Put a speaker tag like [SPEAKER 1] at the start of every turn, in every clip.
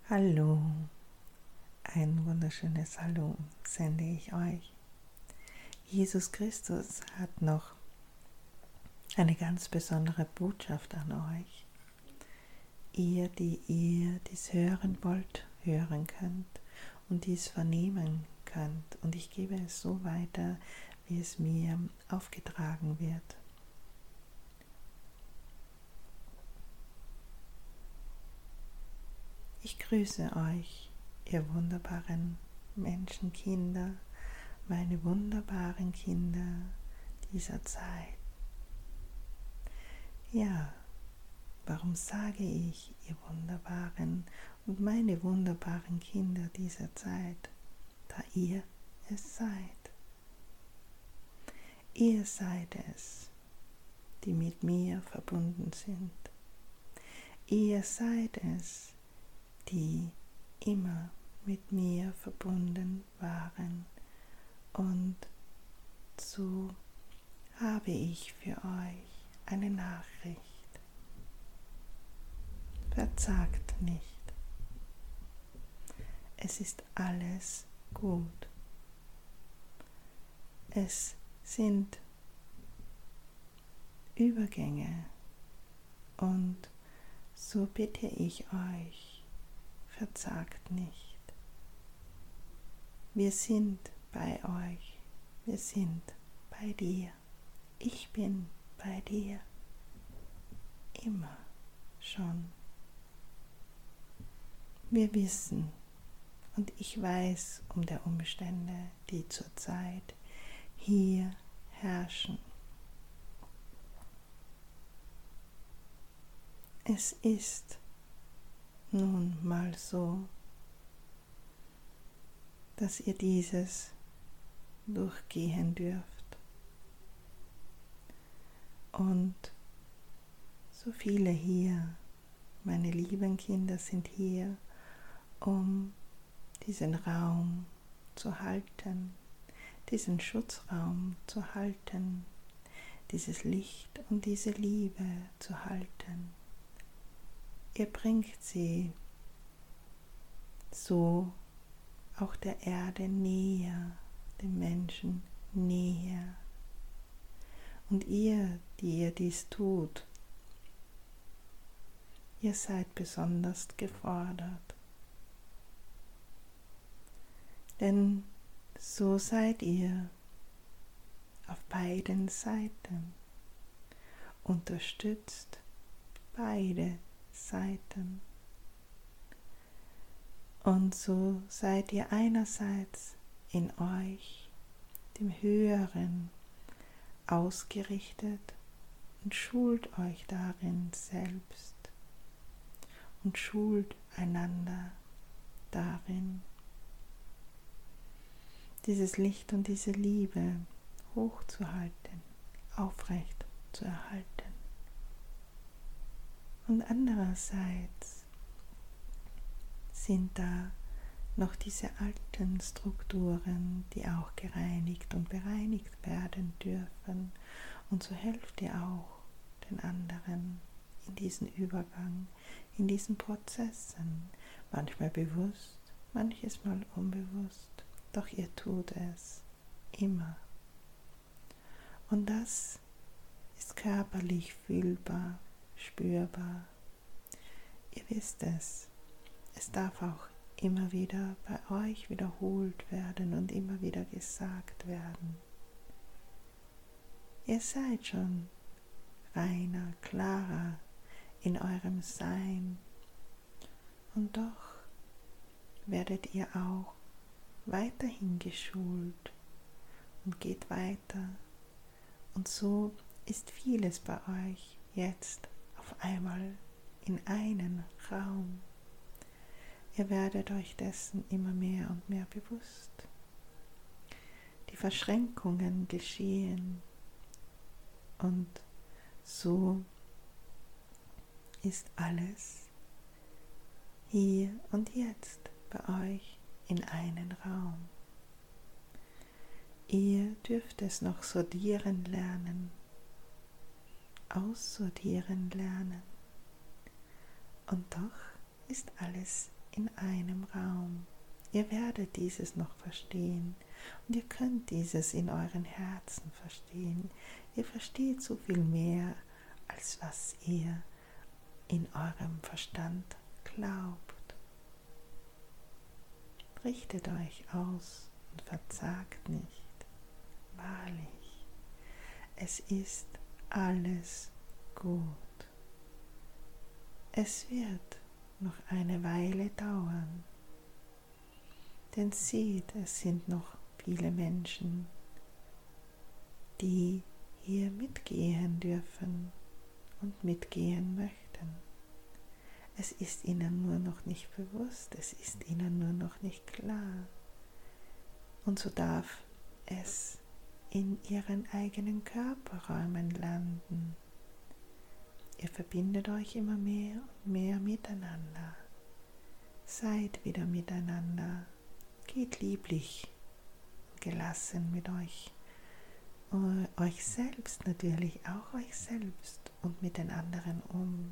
[SPEAKER 1] Hallo, ein wunderschönes Hallo sende ich euch. Jesus Christus hat noch eine ganz besondere Botschaft an euch. Ihr, die ihr dies hören wollt, hören könnt und dies vernehmen könnt. Und ich gebe es so weiter, wie es mir aufgetragen wird. Ich grüße euch, ihr wunderbaren Menschenkinder, meine wunderbaren Kinder dieser Zeit. Ja, warum sage ich, ihr wunderbaren und meine wunderbaren Kinder dieser Zeit, da ihr es seid. Ihr seid es, die mit mir verbunden sind. Ihr seid es, die immer mit mir verbunden waren, und so habe ich für euch eine Nachricht. Verzagt nicht. Es ist alles gut. Es sind Übergänge, und so bitte ich euch, verzagt nicht. Wir sind bei euch. Wir sind bei dir. Ich bin bei dir. Immer schon. Wir wissen, und ich weiß um der Umstände, die zurzeit hier herrschen. Es ist nun mal so, dass ihr dieses durchgehen dürft. Und so viele hier, meine lieben Kinder, sind hier, um diesen Raum zu halten, diesen Schutzraum zu halten, dieses Licht und diese Liebe zu halten. Ihr bringt sie so auch der Erde näher, dem Menschen näher. Und ihr, die ihr dies tut, ihr seid besonders gefordert. Denn so seid ihr auf beiden Seiten, unterstützt beide Seiten. Und so seid ihr einerseits in euch, dem Höheren, ausgerichtet und schult euch darin selbst und schult einander darin, dieses Licht und diese Liebe hochzuhalten, aufrecht zu erhalten. Und andererseits sind da noch diese alten Strukturen, die auch gereinigt und bereinigt werden dürfen. Und so helft ihr auch den anderen in diesen Übergang, in diesen Prozessen, manchmal bewusst, manches Mal unbewusst, doch ihr tut es immer. Und das ist körperlich fühlbar, spürbar. Ihr wisst es. Es darf auch immer wieder bei euch wiederholt werden und immer wieder gesagt werden. Ihr seid schon reiner, klarer in eurem Sein, und doch werdet ihr auch weiterhin geschult und geht weiter. Und so ist vieles bei euch jetzt auf einmal in einen Raum. Ihr werdet euch dessen immer mehr und mehr bewusst. Die Verschränkungen geschehen, und so ist alles hier und jetzt bei euch in einen Raum. Ihr dürft es noch sortieren lernen, aussortieren lernen, und doch ist alles in einem Raum. Ihr werdet dieses noch verstehen und ihr könnt dieses in euren Herzen verstehen. Ihr versteht so viel mehr, als was ihr in eurem Verstand glaubt. Richtet euch aus und verzagt nicht. Wahrlich, es ist alles gut. Es wird noch eine Weile dauern, denn seht, es sind noch viele Menschen, die hier mitgehen dürfen und mitgehen möchten. Es ist ihnen nur noch nicht bewusst, es ist ihnen nur noch nicht klar. Und so darf es in ihren eigenen Körperräumen landen. Ihr verbindet euch immer mehr und mehr miteinander. Seid wieder miteinander. Geht lieblich und gelassen mit euch selbst natürlich, auch euch selbst und mit den anderen um.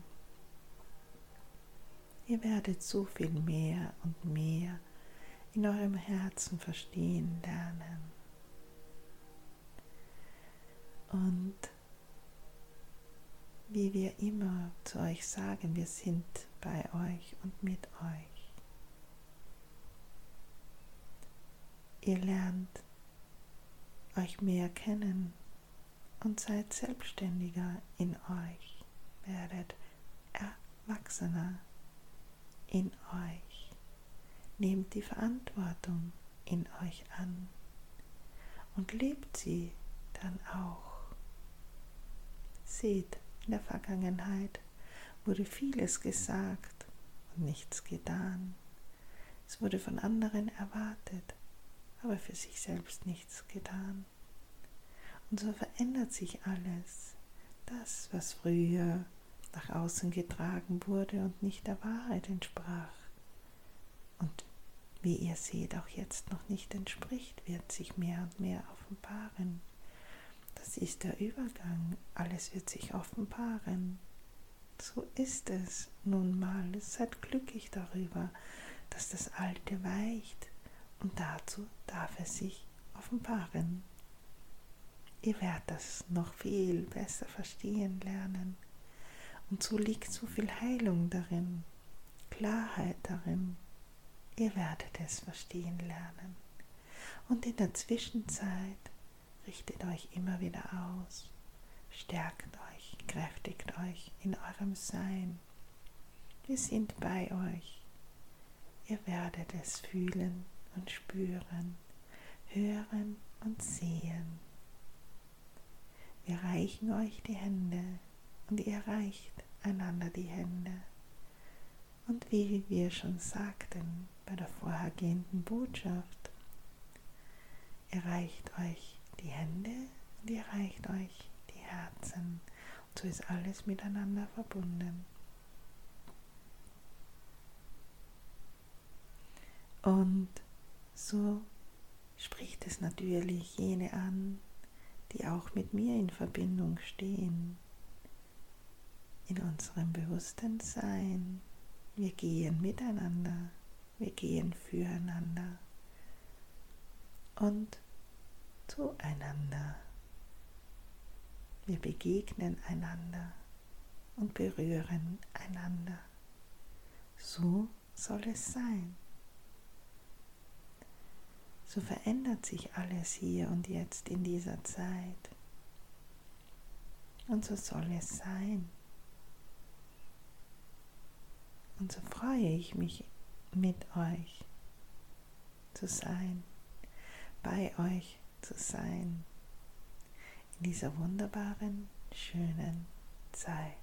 [SPEAKER 1] Ihr werdet so viel mehr und mehr in eurem Herzen verstehen lernen. Und wie wir immer zu euch sagen, wir sind bei euch und mit euch. Ihr lernt euch mehr kennen und seid selbstständiger in euch, werdet erwachsener in euch. Nehmt die Verantwortung in euch an und lebt sie dann auch. Seht, in der Vergangenheit wurde vieles gesagt und nichts getan. Es wurde von anderen erwartet, aber für sich selbst nichts getan. Und so verändert sich alles. Das, was früher nach außen getragen wurde und nicht der Wahrheit entsprach und wie ihr seht auch jetzt noch nicht entspricht, wird sich mehr und mehr offenbaren. Das ist der Übergang, alles wird sich offenbaren. So ist es nun mal. Seid glücklich darüber, dass das Alte weicht und dazu darf es sich offenbaren. Ihr werdet das noch viel besser verstehen lernen. Und so liegt so viel Heilung darin, Klarheit darin. Ihr werdet es verstehen lernen. Und in der Zwischenzeit richtet euch immer wieder aus, stärkt euch, kräftigt euch in eurem Sein. Wir sind bei euch. Ihr werdet es fühlen und spüren, hören und sehen. Wir reichen euch die Hände und ihr reicht einander die Hände. Und wie wir schon sagten bei der vorhergehenden Botschaft, ihr reicht euch die Hände und ihr reicht euch die Herzen. Und so ist alles miteinander verbunden. Und so spricht es natürlich jene an, die auch mit mir in Verbindung stehen, in unserem bewussten Sein. Wir gehen miteinander, wir gehen füreinander und zueinander. Wir begegnen einander und berühren einander. So soll es sein. So verändert sich alles hier und jetzt in dieser Zeit. Und so soll es sein. Und so freue ich mich, mit euch zu sein, bei euch zu sein, in dieser wunderbaren, schönen Zeit.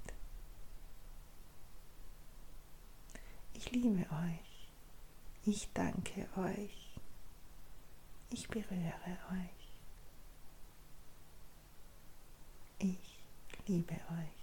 [SPEAKER 1] Ich liebe euch, ich danke euch, ich berühre euch, ich liebe euch.